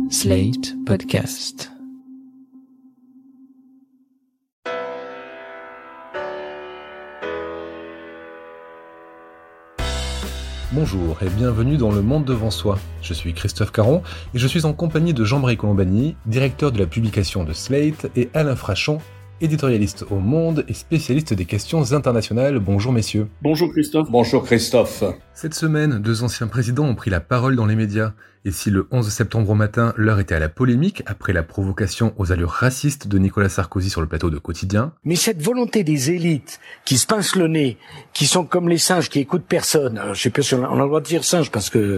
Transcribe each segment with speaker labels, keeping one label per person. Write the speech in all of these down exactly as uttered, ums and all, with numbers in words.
Speaker 1: Slate Podcast.
Speaker 2: Bonjour et bienvenue dans Le Monde devant soi. Je suis Christophe Caron et je suis en compagnie de Jean-Marie Colombani, directeur de la publication de Slate, et Alain Frachon, éditorialiste au Monde et spécialiste des questions internationales. Bonjour messieurs.
Speaker 3: Bonjour Christophe.
Speaker 4: Bonjour Christophe.
Speaker 2: Cette semaine, deux anciens présidents ont pris la parole dans les médias. Et si le onze septembre au matin, l'heure était à la polémique après la provocation aux allures racistes de Nicolas Sarkozy sur le plateau de Quotidien.
Speaker 5: Mais cette volonté des élites qui se pincent le nez, qui sont comme les singes, qui écoutent personne. Alors, je sais pas si on a, on a le droit de dire singe parce que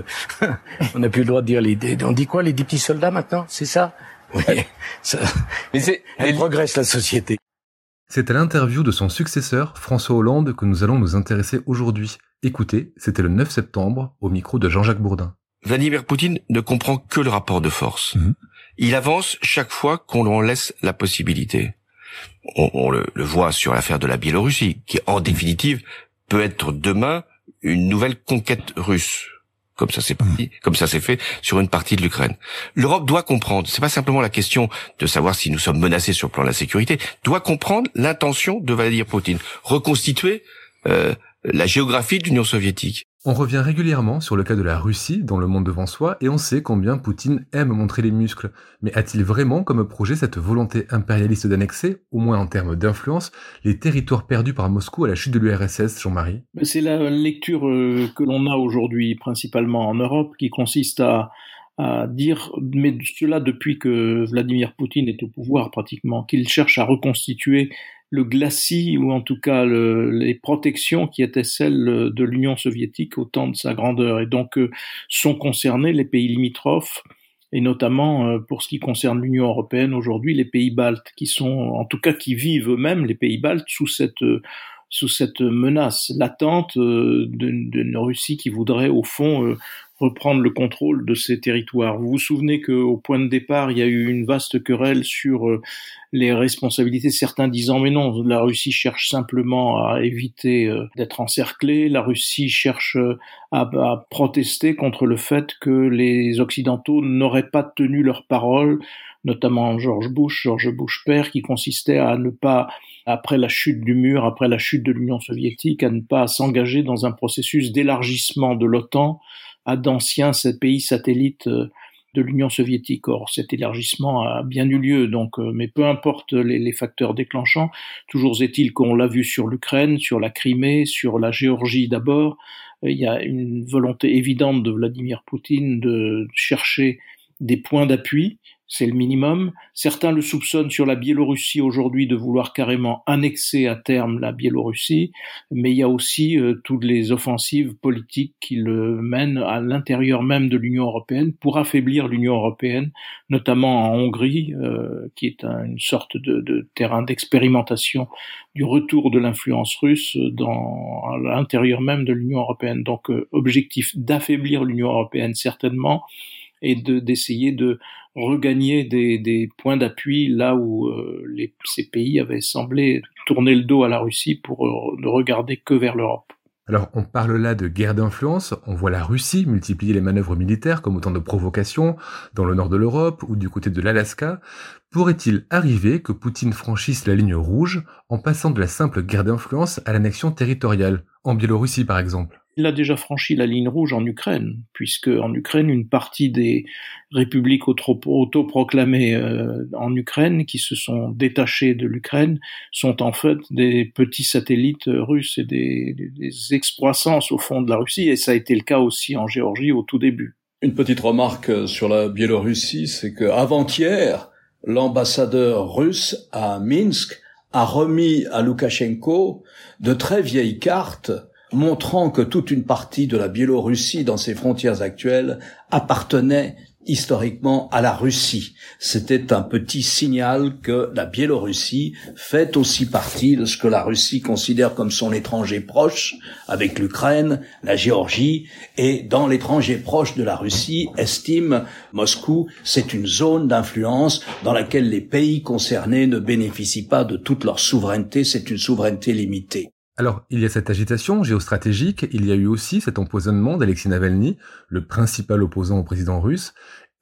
Speaker 5: on n'a plus le droit de dire les, on dit quoi, les dix petits soldats maintenant, c'est ça? Oui, ça, mais c'est, elle progresse la société.
Speaker 2: C'est à l'interview de son successeur, François Hollande, que nous allons nous intéresser aujourd'hui. Écoutez, c'était le neuf septembre, au micro de Jean-Jacques Bourdin.
Speaker 6: Vladimir Poutine ne comprend que le rapport de force. Mmh. Il avance chaque fois qu'on lui en laisse la possibilité. On, on le, le voit sur l'affaire de la Biélorussie, qui en définitive peut être demain une nouvelle conquête russe. Comme ça s'est parti, comme ça s'est fait sur une partie de l'Ukraine. L'Europe doit comprendre, c'est pas simplement la question de savoir si nous sommes menacés sur le plan de la sécurité, doit comprendre l'intention de Vladimir Poutine, reconstituer euh, la géographie de l'Union soviétique.
Speaker 2: On revient régulièrement sur le cas de la Russie dans Le Monde devant soi et on sait combien Poutine aime montrer les muscles. Mais a-t-il vraiment comme projet cette volonté impérialiste d'annexer, au moins en termes d'influence, les territoires perdus par Moscou à la chute de l'U R S S, Jean-Marie ?
Speaker 3: C'est la lecture que l'on a aujourd'hui, principalement en Europe, qui consiste à, à dire, mais cela depuis que Vladimir Poutine est au pouvoir pratiquement, qu'il cherche à reconstituer le glacis, ou en tout cas le, les protections qui étaient celles de l'Union soviétique au temps de sa grandeur. Et donc euh, sont concernés les pays limitrophes, et notamment euh, pour ce qui concerne l'Union européenne aujourd'hui, les pays baltes, qui sont, en tout cas qui vivent eux-mêmes, les pays baltes, sous cette, euh, sous cette menace latente euh, d'une, d'une Russie qui voudrait au fond euh, reprendre le contrôle de ces territoires. Vous vous souvenez qu'au point de départ, il y a eu une vaste querelle sur euh, les responsabilités, certains disant mais non, la Russie cherche simplement à éviter euh, d'être encerclée, la Russie cherche euh, à, à protester contre le fait que les Occidentaux n'auraient pas tenu leur parole, notamment George Bush, George Bush père, qui consistait à ne pas, après la chute du mur, après la chute de l'Union soviétique, à ne pas s'engager dans un processus d'élargissement de l'OTAN à d'anciens pays satellites de l'Union soviétique. Or, cet élargissement a bien eu lieu, donc, mais peu importe les, les facteurs déclenchants, toujours est-il qu'on l'a vu sur l'Ukraine, sur la Crimée, sur la Géorgie d'abord, il y a une volonté évidente de Vladimir Poutine de chercher des points d'appui, c'est le minimum. Certains le soupçonnent sur la Biélorussie aujourd'hui de vouloir carrément annexer à terme la Biélorussie, mais il y a aussi euh, toutes les offensives politiques qui le mènent à l'intérieur même de l'Union européenne pour affaiblir l'Union européenne, notamment en Hongrie, euh, qui est un, une sorte de, de terrain d'expérimentation du retour de l'influence russe dans, à l'intérieur même de l'Union européenne. Donc, euh, objectif d'affaiblir l'Union européenne certainement, et de, d'essayer de regagner des, des points d'appui là où euh, les, ces pays avaient semblé tourner le dos à la Russie pour euh, ne regarder que vers l'Europe.
Speaker 2: Alors, on parle là de guerre d'influence, on voit la Russie multiplier les manœuvres militaires comme autant de provocations dans le nord de l'Europe ou du côté de l'Alaska. Pourrait-il arriver que Poutine franchisse la ligne rouge en passant de la simple guerre d'influence à l'annexion territoriale, en Biélorussie par exemple ?
Speaker 3: Il a déjà franchi la ligne rouge en Ukraine, puisque en Ukraine, une partie des républiques autoproclamées euh, en Ukraine, qui se sont détachées de l'Ukraine, sont en fait des petits satellites russes et des, des, des excroissances au fond de la Russie, et ça a été le cas aussi en Géorgie au tout début.
Speaker 4: Une petite remarque sur la Biélorussie, c'est que avant-hier, l'ambassadeur russe à Minsk a remis à Loukachenko de très vieilles cartes montrant que toute une partie de la Biélorussie dans ses frontières actuelles appartenait historiquement à la Russie. C'était un petit signal que la Biélorussie fait aussi partie de ce que la Russie considère comme son étranger proche, avec l'Ukraine, la Géorgie, et dans l'étranger proche de la Russie, estime Moscou, c'est une zone d'influence dans laquelle les pays concernés ne bénéficient pas de toute leur souveraineté, c'est une souveraineté limitée.
Speaker 2: Alors, il y a cette agitation géostratégique, il y a eu aussi cet empoisonnement d'Alexei Navalny, le principal opposant au président russe.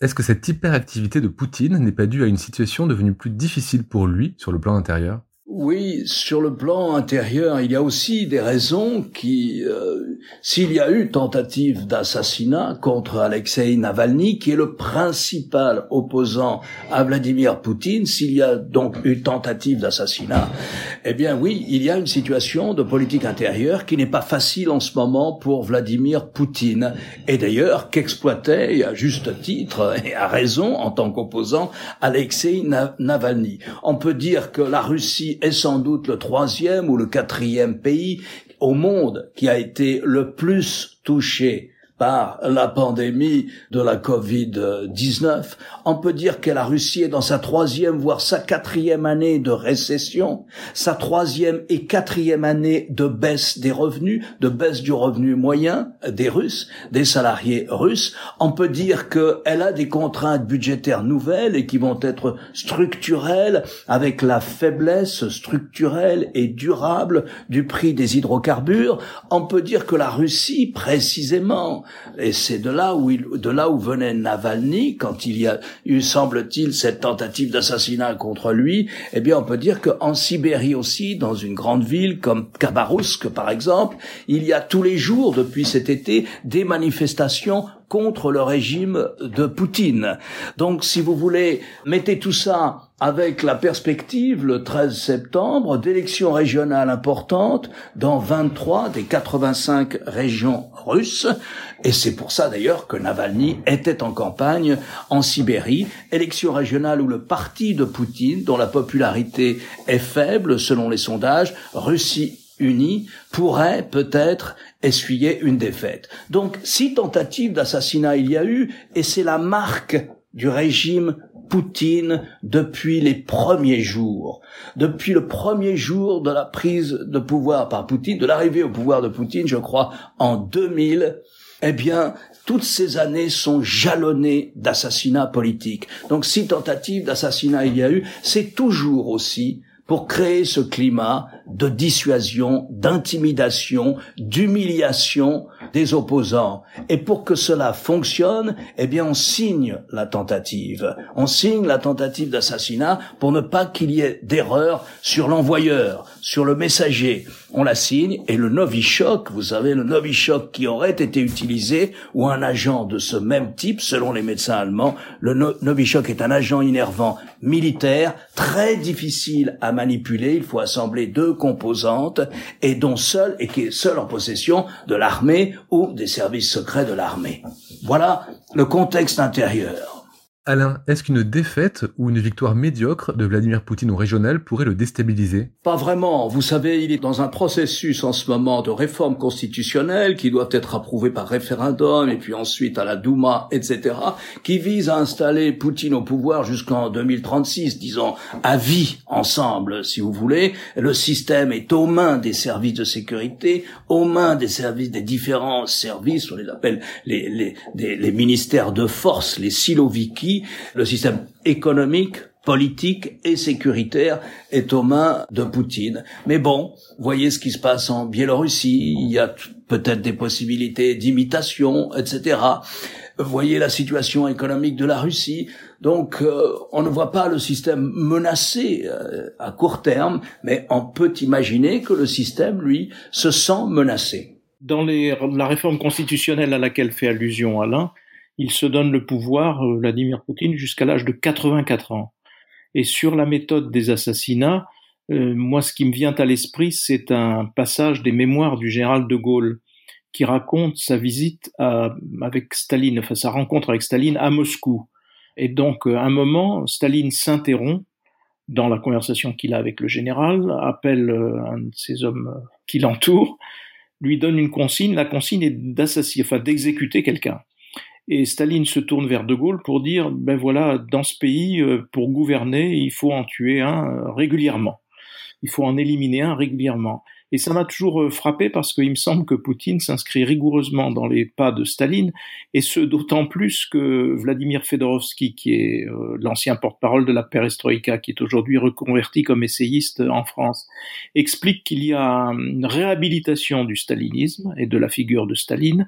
Speaker 2: Est-ce que cette hyperactivité de Poutine n'est pas due à une situation devenue plus difficile pour lui sur le plan intérieur ?
Speaker 4: Oui, sur le plan intérieur, il y a aussi des raisons qui, euh, s'il y a eu tentative d'assassinat contre Alexeï Navalny, qui est le principal opposant à Vladimir Poutine, s'il y a donc eu tentative d'assassinat, eh bien oui, il y a une situation de politique intérieure qui n'est pas facile en ce moment pour Vladimir Poutine, et d'ailleurs qu'exploitait, à juste titre et à raison, en tant qu'opposant, Alexeï Navalny. On peut dire que la Russie est sans doute le troisième ou le quatrième pays au monde qui a été le plus touché par la pandémie de la covid dix-neuf. On peut dire que la Russie est dans sa troisième, voire sa quatrième année de récession, sa troisième et quatrième année de baisse des revenus, de baisse du revenu moyen des Russes, des salariés russes. On peut dire qu'elle a des contraintes budgétaires nouvelles et qui vont être structurelles, avec la faiblesse structurelle et durable du prix des hydrocarbures. On peut dire que la Russie, précisément, et c'est de là où il, de là où venait Navalny, quand il y a eu, semble-t-il, cette tentative d'assassinat contre lui, eh bien, on peut dire qu'en Sibérie aussi, dans une grande ville comme Khabarovsk, par exemple, il y a tous les jours, depuis cet été, des manifestations contre le régime de Poutine. Donc, si vous voulez, mettez tout ça avec la perspective, le treize septembre, d'élections régionales importantes dans vingt-trois des quatre-vingt-cinq régions russes. Et c'est pour ça, d'ailleurs, que Navalny était en campagne en Sibérie. Élections régionales où le parti de Poutine, dont la popularité est faible selon les sondages, Russie unie, pourrait peut-être essuyer une défaite. Donc, si tentative d'assassinat il y a eu, et c'est la marque du régime Poutine depuis les premiers jours, depuis le premier jour de la prise de pouvoir par Poutine, de l'arrivée au pouvoir de Poutine, je crois, en deux mille, eh bien, toutes ces années sont jalonnées d'assassinats politiques. Donc, si tentative d'assassinat il y a eu, c'est toujours aussi pour créer ce climat de dissuasion, d'intimidation, d'humiliation des opposants. Et pour que cela fonctionne, eh bien, on signe la tentative. On signe la tentative d'assassinat pour ne pas qu'il y ait d'erreur sur l'envoyeur, sur le messager. On la signe, et le Novichok, vous savez, le Novichok qui aurait été utilisé, ou un agent de ce même type, selon les médecins allemands, le no- Novichok est un agent innervant militaire, très difficile à manipuler. Il faut assembler deux composantes, et dont seul, et qui est seul en possession de l'armée ou des services secrets de l'armée. Voilà le contexte intérieur.
Speaker 2: Alain, est-ce qu'une défaite ou une victoire médiocre de Vladimir Poutine au régional pourrait le déstabiliser ?
Speaker 4: Pas vraiment. Vous savez, il est dans un processus en ce moment de réforme constitutionnelle qui doit être approuvé par référendum et puis ensuite à la Douma, et cetera, qui vise à installer Poutine au pouvoir jusqu'en deux mille trente-six, disons, à vie ensemble, si vous voulez. Le système est aux mains des services de sécurité, aux mains des services, des différents services, on les appelle les, les, les, les ministères de force, les siloviki. Le système économique, politique et sécuritaire est aux mains de Poutine. Mais bon, voyez ce qui se passe en Biélorussie, il y a t- peut-être des possibilités d'imitation, et cetera. Voyez la situation économique de la Russie. Donc, euh, on ne voit pas le système menacé euh, à court terme, mais on peut imaginer que le système, lui, se sent menacé.
Speaker 3: Dans les, la réforme constitutionnelle à laquelle fait allusion Alain, il se donne le pouvoir, Vladimir Poutine, jusqu'à l'âge de quatre-vingt-quatre ans. Et sur la méthode des assassinats, euh, moi, ce qui me vient à l'esprit, c'est un passage des mémoires du général de Gaulle qui raconte sa visite à, avec Staline, enfin sa rencontre avec Staline à Moscou. Et donc, à un moment, Staline s'interrompt dans la conversation qu'il a avec le général, appelle un de ses hommes qui l'entourent, lui donne une consigne. La consigne est d'assassiner, enfin d'exécuter quelqu'un. Et Staline se tourne vers De Gaulle pour dire, ben voilà, dans ce pays, pour gouverner, il faut en tuer un régulièrement. Il faut en éliminer un régulièrement. Et ça m'a toujours frappé parce qu'il me semble que Poutine s'inscrit rigoureusement dans les pas de Staline, et ce d'autant plus que Vladimir Fedorovski, qui est euh, l'ancien porte-parole de la perestroïka, qui est aujourd'hui reconverti comme essayiste en France, explique qu'il y a une réhabilitation du stalinisme et de la figure de Staline,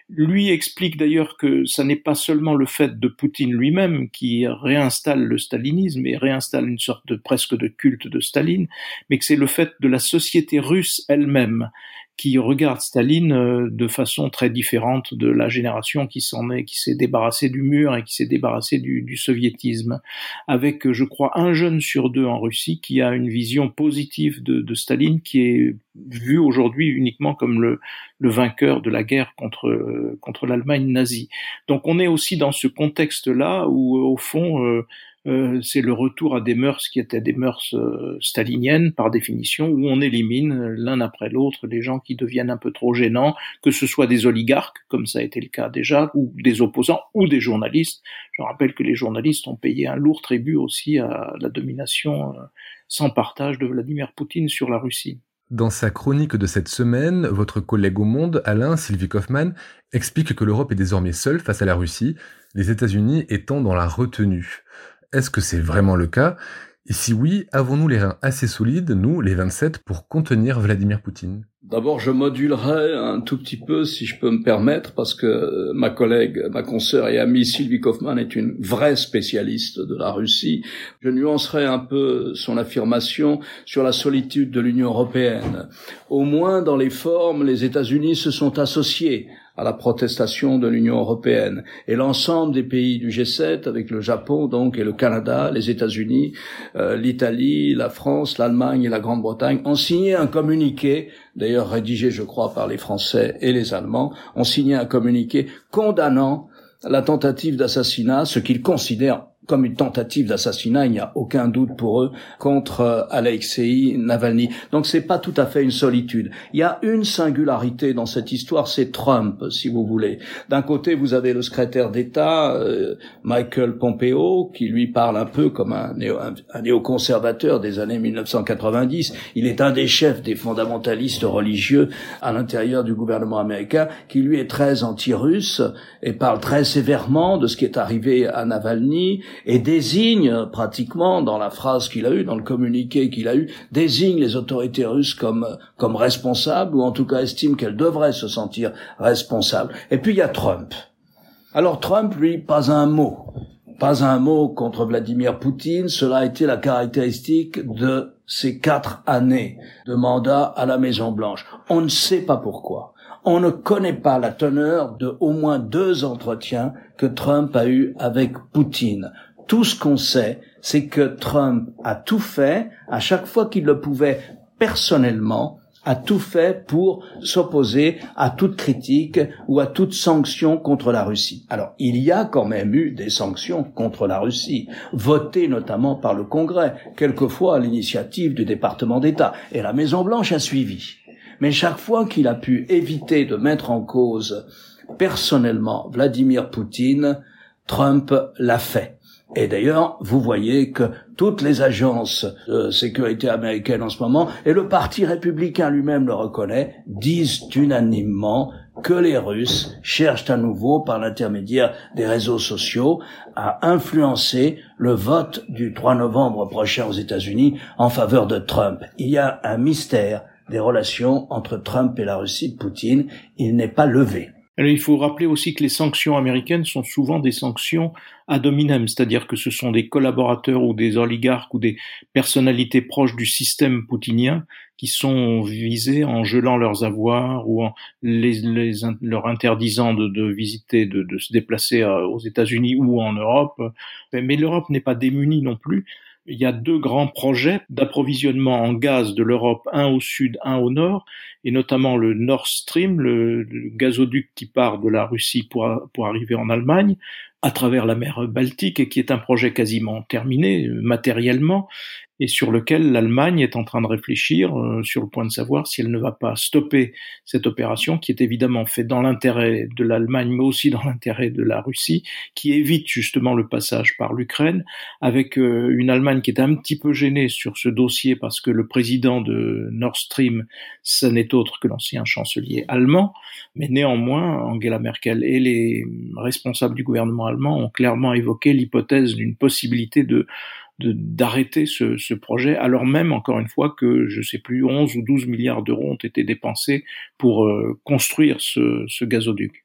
Speaker 3: Lui explique d'ailleurs que ça n'est pas seulement le fait de Poutine lui-même qui réinstalle le stalinisme et réinstalle une sorte de presque de culte de Staline, mais que c'est le fait de la société russe elle-même qui regarde Staline de façon très différente de la génération qui s'en est, qui s'est débarrassée du mur et qui s'est débarrassée du, du soviétisme. Avec, je crois, un jeune sur deux en Russie qui a une vision positive de, de Staline, qui est vu aujourd'hui uniquement comme le, le vainqueur de la guerre contre, contre l'Allemagne nazie. Donc on est aussi dans ce contexte-là où, au fond, euh, Euh, c'est le retour à des mœurs qui étaient des mœurs euh, staliniennes par définition, où on élimine l'un après l'autre les gens qui deviennent un peu trop gênants, que ce soit des oligarques, comme ça a été le cas déjà, ou des opposants, ou des journalistes. Je rappelle que les journalistes ont payé un lourd tribut aussi à la domination euh, sans partage de Vladimir Poutine sur la Russie.
Speaker 2: Dans sa chronique de cette semaine, votre collègue au Monde, Alain Sylvie Kaufmann, explique que l'Europe est désormais seule face à la Russie, les États-Unis étant dans la retenue. Est-ce que c'est vraiment le cas ? Et si oui, avons-nous les reins assez solides, nous, les vingt-sept, pour contenir Vladimir Poutine ?
Speaker 4: D'abord, je modulerai un tout petit peu, si je peux me permettre, parce que ma collègue, ma consoeur et amie Sylvie Kaufmann est une vraie spécialiste de la Russie. Je nuancerai un peu son affirmation sur la solitude de l'Union européenne. Au moins, dans les formes, les États-Unis se sont associés à la protestation de l'Union européenne. Et l'ensemble des pays du G sept, avec le Japon donc et le Canada, les États-Unis, euh, l'Italie, la France, l'Allemagne et la Grande-Bretagne, ont signé un communiqué, d'ailleurs rédigé je crois par les Français et les Allemands, ont signé un communiqué condamnant la tentative d'assassinat, ce qu'ils considèrent comme une tentative d'assassinat, il n'y a aucun doute pour eux, contre Alexei Navalny. Donc c'est pas tout à fait une solitude. Il y a une singularité dans cette histoire, c'est Trump, si vous voulez. D'un côté, vous avez le secrétaire d'État, euh, Michael Pompeo, qui lui parle un peu comme un, néo, un, un néoconservateur des années mille neuf cent quatre-vingt-dix. Il est un des chefs des fondamentalistes religieux à l'intérieur du gouvernement américain, qui lui est très anti-russe et parle très sévèrement de ce qui est arrivé à Navalny, et désigne pratiquement, dans la phrase qu'il a eue, dans le communiqué qu'il a eu, désigne les autorités russes comme comme responsables, ou en tout cas estime qu'elles devraient se sentir responsables. Et puis il y a Trump. Alors Trump, lui, pas un mot. Pas un mot contre Vladimir Poutine. Cela a été la caractéristique de ces quatre années de mandat à la Maison-Blanche. On ne sait pas pourquoi. On ne connaît pas la teneur de au moins deux entretiens que Trump a eus avec Poutine. Tout ce qu'on sait, c'est que Trump a tout fait, à chaque fois qu'il le pouvait personnellement, a tout fait pour s'opposer à toute critique ou à toute sanction contre la Russie. Alors, il y a quand même eu des sanctions contre la Russie, votées notamment par le Congrès, quelquefois à l'initiative du département d'État, et la Maison-Blanche a suivi. Mais chaque fois qu'il a pu éviter de mettre en cause personnellement Vladimir Poutine, Trump l'a fait. Et d'ailleurs, vous voyez que toutes les agences de sécurité américaines en ce moment, et le Parti républicain lui-même le reconnaît, disent unanimement que les Russes cherchent à nouveau, par l'intermédiaire des réseaux sociaux, à influencer le vote du trois novembre prochain aux États-Unis en faveur de Trump. Il y a un mystère des relations entre Trump et la Russie de Poutine, il n'est pas levé.
Speaker 3: Alors, il faut rappeler aussi que les sanctions américaines sont souvent des sanctions ad hominem, c'est-à-dire que ce sont des collaborateurs ou des oligarques ou des personnalités proches du système poutinien qui sont visés en gelant leurs avoirs ou en les, les, leur interdisant de, de visiter, de, de se déplacer aux États-Unis ou en Europe. Mais l'Europe n'est pas démunie non plus. Il y a deux grands projets d'approvisionnement en gaz de l'Europe, un au sud, un au nord, et notamment le Nord Stream, le, le gazoduc qui part de la Russie pour, pour arriver en Allemagne, à travers la mer Baltique, et qui est un projet quasiment terminé matériellement, et sur lequel l'Allemagne est en train de réfléchir euh, sur le point de savoir si elle ne va pas stopper cette opération, qui est évidemment faite dans l'intérêt de l'Allemagne, mais aussi dans l'intérêt de la Russie, qui évite justement le passage par l'Ukraine, avec euh, une Allemagne qui est un petit peu gênée sur ce dossier, parce que le président de Nord Stream, ce n'est autre que l'ancien chancelier allemand, mais néanmoins, Angela Merkel et les responsables du gouvernement allemand ont clairement évoqué l'hypothèse d'une possibilité de De, d'arrêter ce, ce projet, alors même, encore une fois, que, je sais plus, onze ou douze milliards d'euros ont été dépensés pour euh, construire ce, ce gazoduc.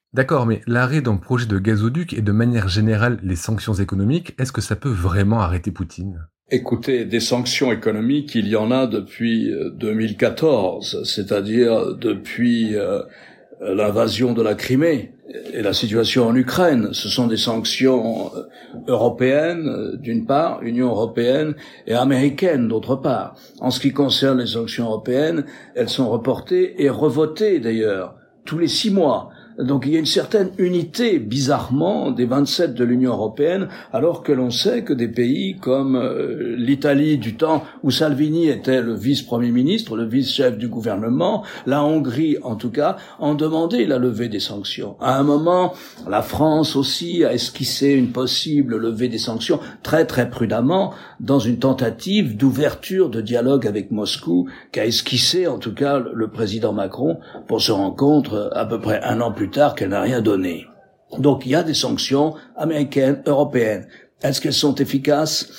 Speaker 2: D'accord, mais l'arrêt d'un projet de gazoduc et de manière générale les sanctions économiques, est-ce que ça peut vraiment arrêter Poutine ?
Speaker 4: Écoutez, des sanctions économiques, il y en a depuis deux mille quatorze, c'est-à-dire depuis euh, l'invasion de la Crimée et la situation en Ukraine. Ce sont des sanctions européennes, d'une part, Union européenne, et américaines, d'autre part. En ce qui concerne les sanctions européennes, elles sont reportées et revotées, d'ailleurs, tous les six mois. Donc il y a une certaine unité, bizarrement, des vingt-sept de l'Union européenne, alors que l'on sait que des pays comme euh, l'Italie du temps où Salvini était le vice-premier ministre, le vice-chef du gouvernement, la Hongrie en tout cas, ont demandé la levée des sanctions. À un moment, la France aussi a esquissé une possible levée des sanctions très très prudemment dans une tentative d'ouverture de dialogue avec Moscou qu'a esquissé en tout cas le président Macron pour se rencontre à peu près un an plus tard qu'elle n'a rien donné. Donc il y a des sanctions américaines, européennes. Est-ce qu'elles sont efficaces ?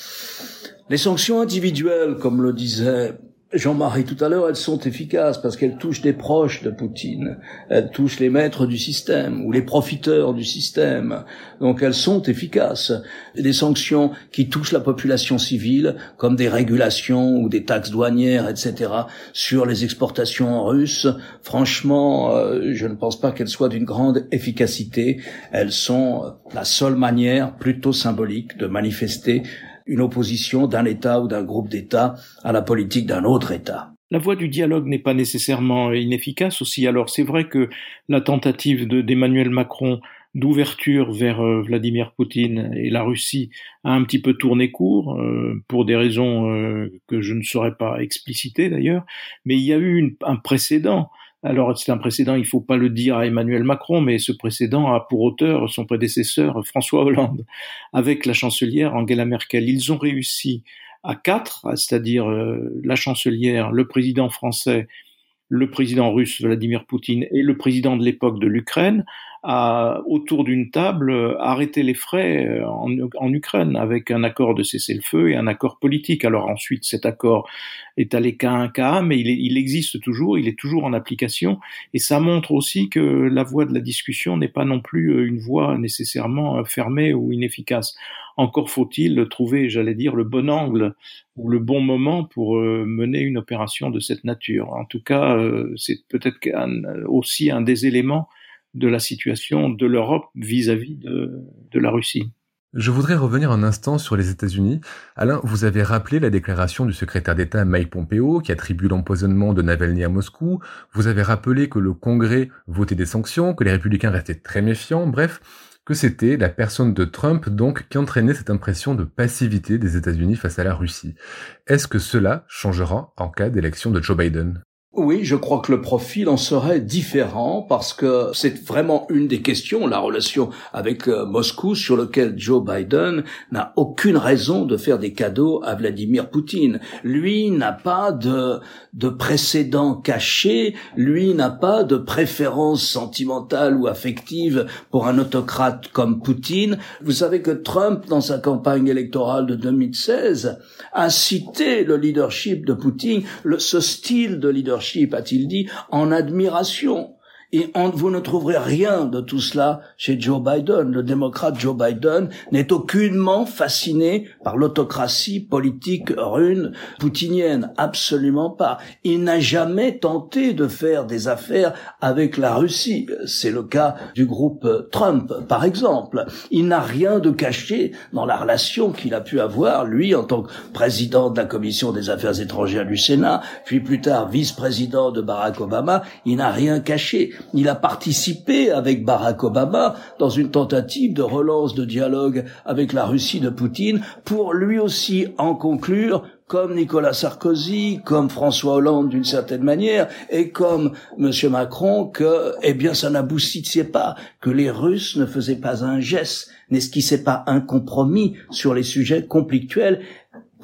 Speaker 4: Les sanctions individuelles, comme le disait Jean-Marie tout à l'heure, elles sont efficaces parce qu'elles touchent des proches de Poutine, elles touchent les maîtres du système ou les profiteurs du système. Donc elles sont efficaces. Des sanctions qui touchent la population civile, comme des régulations ou des taxes douanières, et cetera, sur les exportations russes, franchement, euh, je ne pense pas qu'elles soient d'une grande efficacité. Elles sont la seule manière, plutôt symbolique, de manifester une opposition d'un État ou d'un groupe d'États à la politique d'un autre État.
Speaker 3: La voie du dialogue n'est pas nécessairement inefficace aussi. Alors c'est vrai que la tentative de, d'Emmanuel Macron d'ouverture vers euh, Vladimir Poutine et la Russie a un petit peu tourné court, euh, pour des raisons euh, que je ne saurais pas expliciter d'ailleurs, mais il y a eu une, un précédent. Alors c'est un précédent, il faut pas le dire à Emmanuel Macron, mais ce précédent a pour auteur son prédécesseur François Hollande, avec la chancelière Angela Merkel. Ils ont réussi à quatre, c'est-à-dire euh, la chancelière, le président français, le président russe Vladimir Poutine et le président de l'époque de l'Ukraine, à, autour d'une table, arrêter les frais en, en Ukraine avec un accord de cessez-le-feu et un accord politique. Alors ensuite, cet accord est allé qu'à un cas, mais il, est, il existe toujours, il est toujours en application, et ça montre aussi que la voie de la discussion n'est pas non plus une voie nécessairement fermée ou inefficace. Encore faut-il trouver, j'allais dire, le bon angle ou le bon moment pour euh, mener une opération de cette nature. En tout cas, euh, c'est peut-être un, aussi un des éléments de la situation de l'Europe vis-à-vis de, de la Russie.
Speaker 2: Je voudrais revenir un instant sur les États-Unis. Alain, vous avez rappelé la déclaration du secrétaire d'État Mike Pompeo qui attribue l'empoisonnement de Navalny à Moscou. Vous avez rappelé que le Congrès votait des sanctions, que les républicains restaient très méfiants. Bref, que c'était la personne de Trump, donc, qui entraînait cette impression de passivité des États-Unis face à la Russie. Est-ce que cela changera en cas d'élection de Joe Biden ?
Speaker 4: Oui, je crois que le profil en serait différent parce que c'est vraiment une des questions, la relation avec euh, Moscou, sur lequel Joe Biden n'a aucune raison de faire des cadeaux à Vladimir Poutine. Lui n'a pas de, de précédent caché, lui n'a pas de préférence sentimentale ou affective pour un autocrate comme Poutine. Vous savez que Trump, dans sa campagne électorale de deux mille seize, a cité le leadership de Poutine, le, ce style de leadership, a-t-il dit, en admiration. Et on, vous ne trouverez rien de tout cela chez Joe Biden. Le démocrate Joe Biden n'est aucunement fasciné par l'autocratie politique rune poutinienne. Absolument pas. Il n'a jamais tenté de faire des affaires avec la Russie. C'est le cas du groupe Trump, par exemple. Il n'a rien de caché dans la relation qu'il a pu avoir, lui, en tant que président de la Commission des Affaires étrangères du Sénat, puis plus tard vice-président de Barack Obama. Il n'a rien caché. Il a participé avec Barack Obama dans une tentative de relance de dialogue avec la Russie de Poutine pour lui aussi en conclure, comme Nicolas Sarkozy, comme François Hollande d'une certaine manière, et comme Monsieur Macron, que, eh bien, ça n'aboutissait pas, que les Russes ne faisaient pas un geste, n'esquissaient pas un compromis sur les sujets conflictuels. Pourquoi ?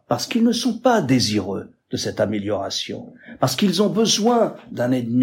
Speaker 4: Parce qu'ils ne sont pas désireux de cette amélioration, parce qu'ils ont besoin d'un ennemi.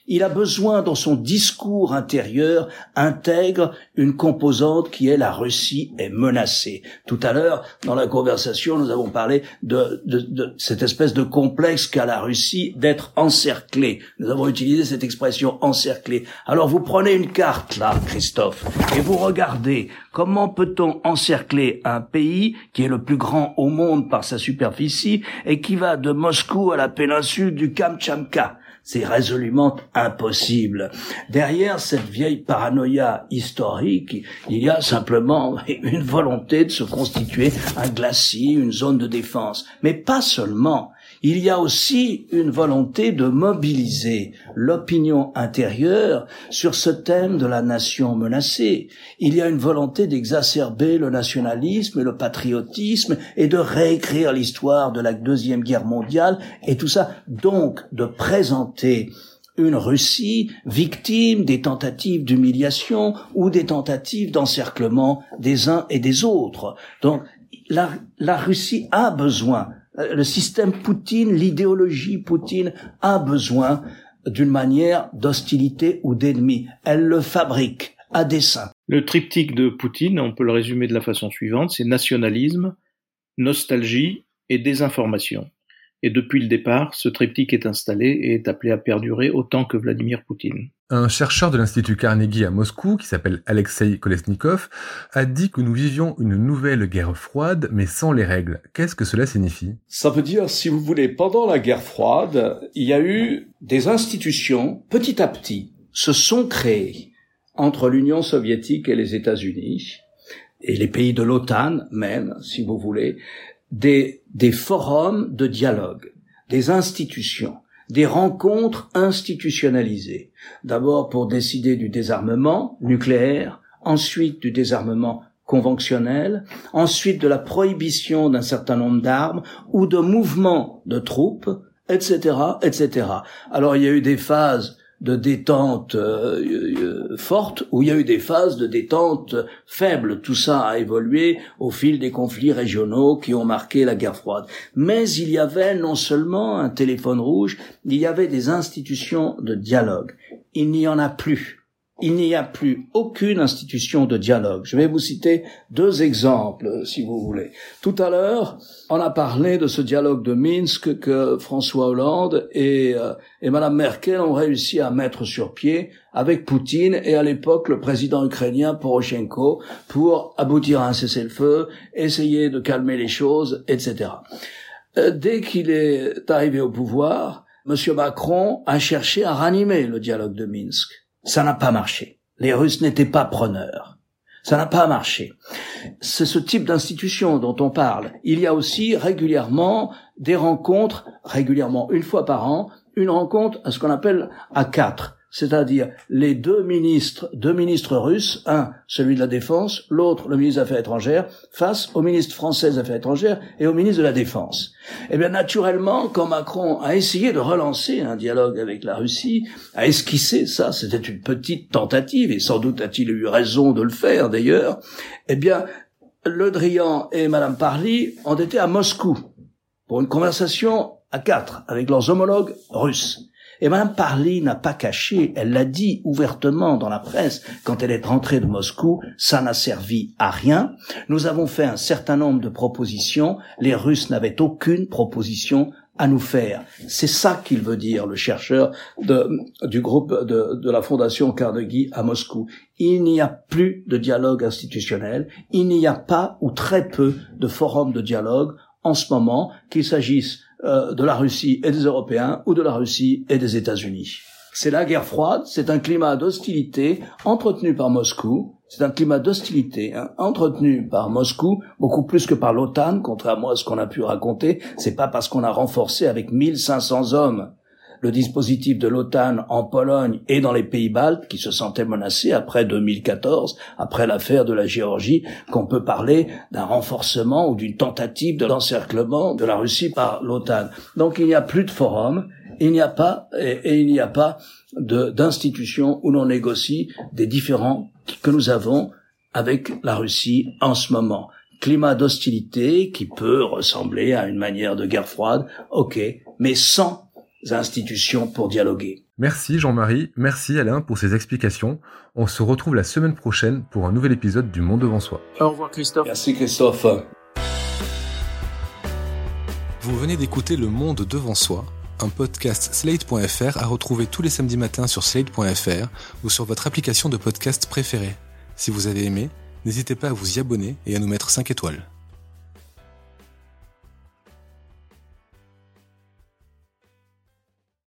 Speaker 7: Il a besoin, dans son discours intérieur, intègre une composante qui est la Russie est menacée. Tout à l'heure, dans la conversation, nous avons parlé de, de, de cette espèce de complexe qu'a la Russie d'être encerclée. Nous avons utilisé cette expression encerclée. Alors vous prenez une carte là, Christophe, et vous regardez comment peut-on encercler un pays qui est le plus grand au monde par sa superficie et qui va de Moscou à la péninsule du Kamtchatka. C'est résolument impossible. Derrière cette vieille paranoïa historique, il y a simplement une volonté de se constituer un glacis, une zone de défense. Mais pas seulement. Il y a aussi une volonté de mobiliser l'opinion intérieure sur ce thème de la nation menacée. Il y a une volonté d'exacerber le nationalisme et le patriotisme et de réécrire l'histoire de la Deuxième Guerre mondiale et tout ça. Donc, de présenter une Russie victime des tentatives d'humiliation ou des tentatives d'encerclement des uns et des autres. Donc, la, la Russie a besoin, le système Poutine, l'idéologie Poutine a besoin d'une manière d'hostilité ou d'ennemi. Elle le fabrique à dessein.
Speaker 3: Le triptyque de Poutine, on peut le résumer de la façon suivante, c'est nationalisme, nostalgie et désinformation. Et depuis le départ, ce triptyque est installé et est appelé à perdurer autant que Vladimir Poutine.
Speaker 2: Un chercheur de l'Institut Carnegie à Moscou, qui s'appelle Alexei Kolesnikov, a dit que nous vivions une nouvelle guerre froide, mais sans les règles. Qu'est-ce que cela signifie ?
Speaker 4: Ça veut dire, si vous voulez, pendant la guerre froide, il y a eu des institutions, petit à petit, se sont créées entre l'Union soviétique et les États-Unis, et les pays de l'OTAN même, si vous voulez, des, des forums de dialogue, des institutions, des rencontres institutionnalisées. D'abord pour décider du désarmement nucléaire, ensuite du désarmement conventionnel, ensuite de la prohibition d'un certain nombre d'armes ou de mouvements de troupes, et cetera, et cetera. Alors il y a eu des phases de détente euh, euh, forte, où il y a eu des phases de détente faible. Tout ça a évolué au fil des conflits régionaux qui ont marqué la guerre froide. Mais il y avait non seulement un téléphone rouge, il y avait des institutions de dialogue. Il n'y en a plus. Il n'y a plus aucune institution de dialogue. Je vais vous citer deux exemples, si vous voulez. Tout à l'heure, on a parlé de ce dialogue de Minsk que François Hollande et, euh, et Madame Merkel ont réussi à mettre sur pied avec Poutine et à l'époque le président ukrainien Poroshenko pour aboutir à un cessez-le-feu, essayer de calmer les choses, et cetera. Euh, dès qu'il est arrivé au pouvoir, Monsieur Macron a cherché à ranimer le dialogue de Minsk. Ça n'a pas marché. Les Russes n'étaient pas preneurs. Ça n'a pas marché. C'est ce type d'institution dont on parle. Il y a aussi régulièrement des rencontres, régulièrement une fois par an, une rencontre à ce qu'on appelle à quatre. C'est-à-dire les deux ministres, deux ministres russes, un, celui de la Défense, l'autre, le ministre des Affaires étrangères, face au ministre français des Affaires étrangères et au ministre de la Défense. Eh bien, naturellement, quand Macron a essayé de relancer un dialogue avec la Russie, a esquissé ça, c'était une petite tentative, et sans doute a-t-il eu raison de le faire d'ailleurs, eh bien, Le Drian et Madame Parly ont été à Moscou pour une conversation à quatre avec leurs homologues russes. Et Madame Parly n'a pas caché, elle l'a dit ouvertement dans la presse quand elle est rentrée de Moscou, ça n'a servi à rien. Nous avons fait un certain nombre de propositions, les Russes n'avaient aucune proposition à nous faire. C'est ça qu'il veut dire, le chercheur de, du groupe de, de la Fondation Carnegie à Moscou. Il n'y a plus de dialogue institutionnel, il n'y a pas ou très peu de forums de dialogue en ce moment, qu'il s'agisse euh, de la Russie et des Européens ou de la Russie et des États-Unis. C'est la guerre froide, c'est un climat d'hostilité entretenu par Moscou, c'est un climat d'hostilité hein, entretenu par Moscou, beaucoup plus que par l'OTAN, contrairement à ce qu'on a pu raconter. C'est pas parce qu'on a renforcé avec mille cinq cents hommes le dispositif de l'OTAN en Pologne et dans les pays baltes qui se sentaient menacés après deux mille quatorze, après l'affaire de la Géorgie, qu'on peut parler d'un renforcement ou d'une tentative de l'encerclement de la Russie par l'OTAN. Donc il n'y a plus de forum, il n'y a pas et, et il n'y a pas de d'institutions où l'on négocie des différends que nous avons avec la Russie en ce moment. Climat d'hostilité qui peut ressembler à une manière de guerre froide, ok, mais sans institutions pour dialoguer.
Speaker 2: Merci Jean-Marie, merci Alain pour ces explications. On se retrouve la semaine prochaine pour un nouvel épisode du Monde devant soi.
Speaker 3: Au revoir Christophe.
Speaker 4: Merci Christophe.
Speaker 2: Vous venez d'écouter Le Monde devant soi, un podcast slate point f r à retrouver tous les samedis matins sur slate point f r ou sur votre application de podcast préférée. Si vous avez aimé, n'hésitez pas à vous y abonner et à nous mettre cinq étoiles.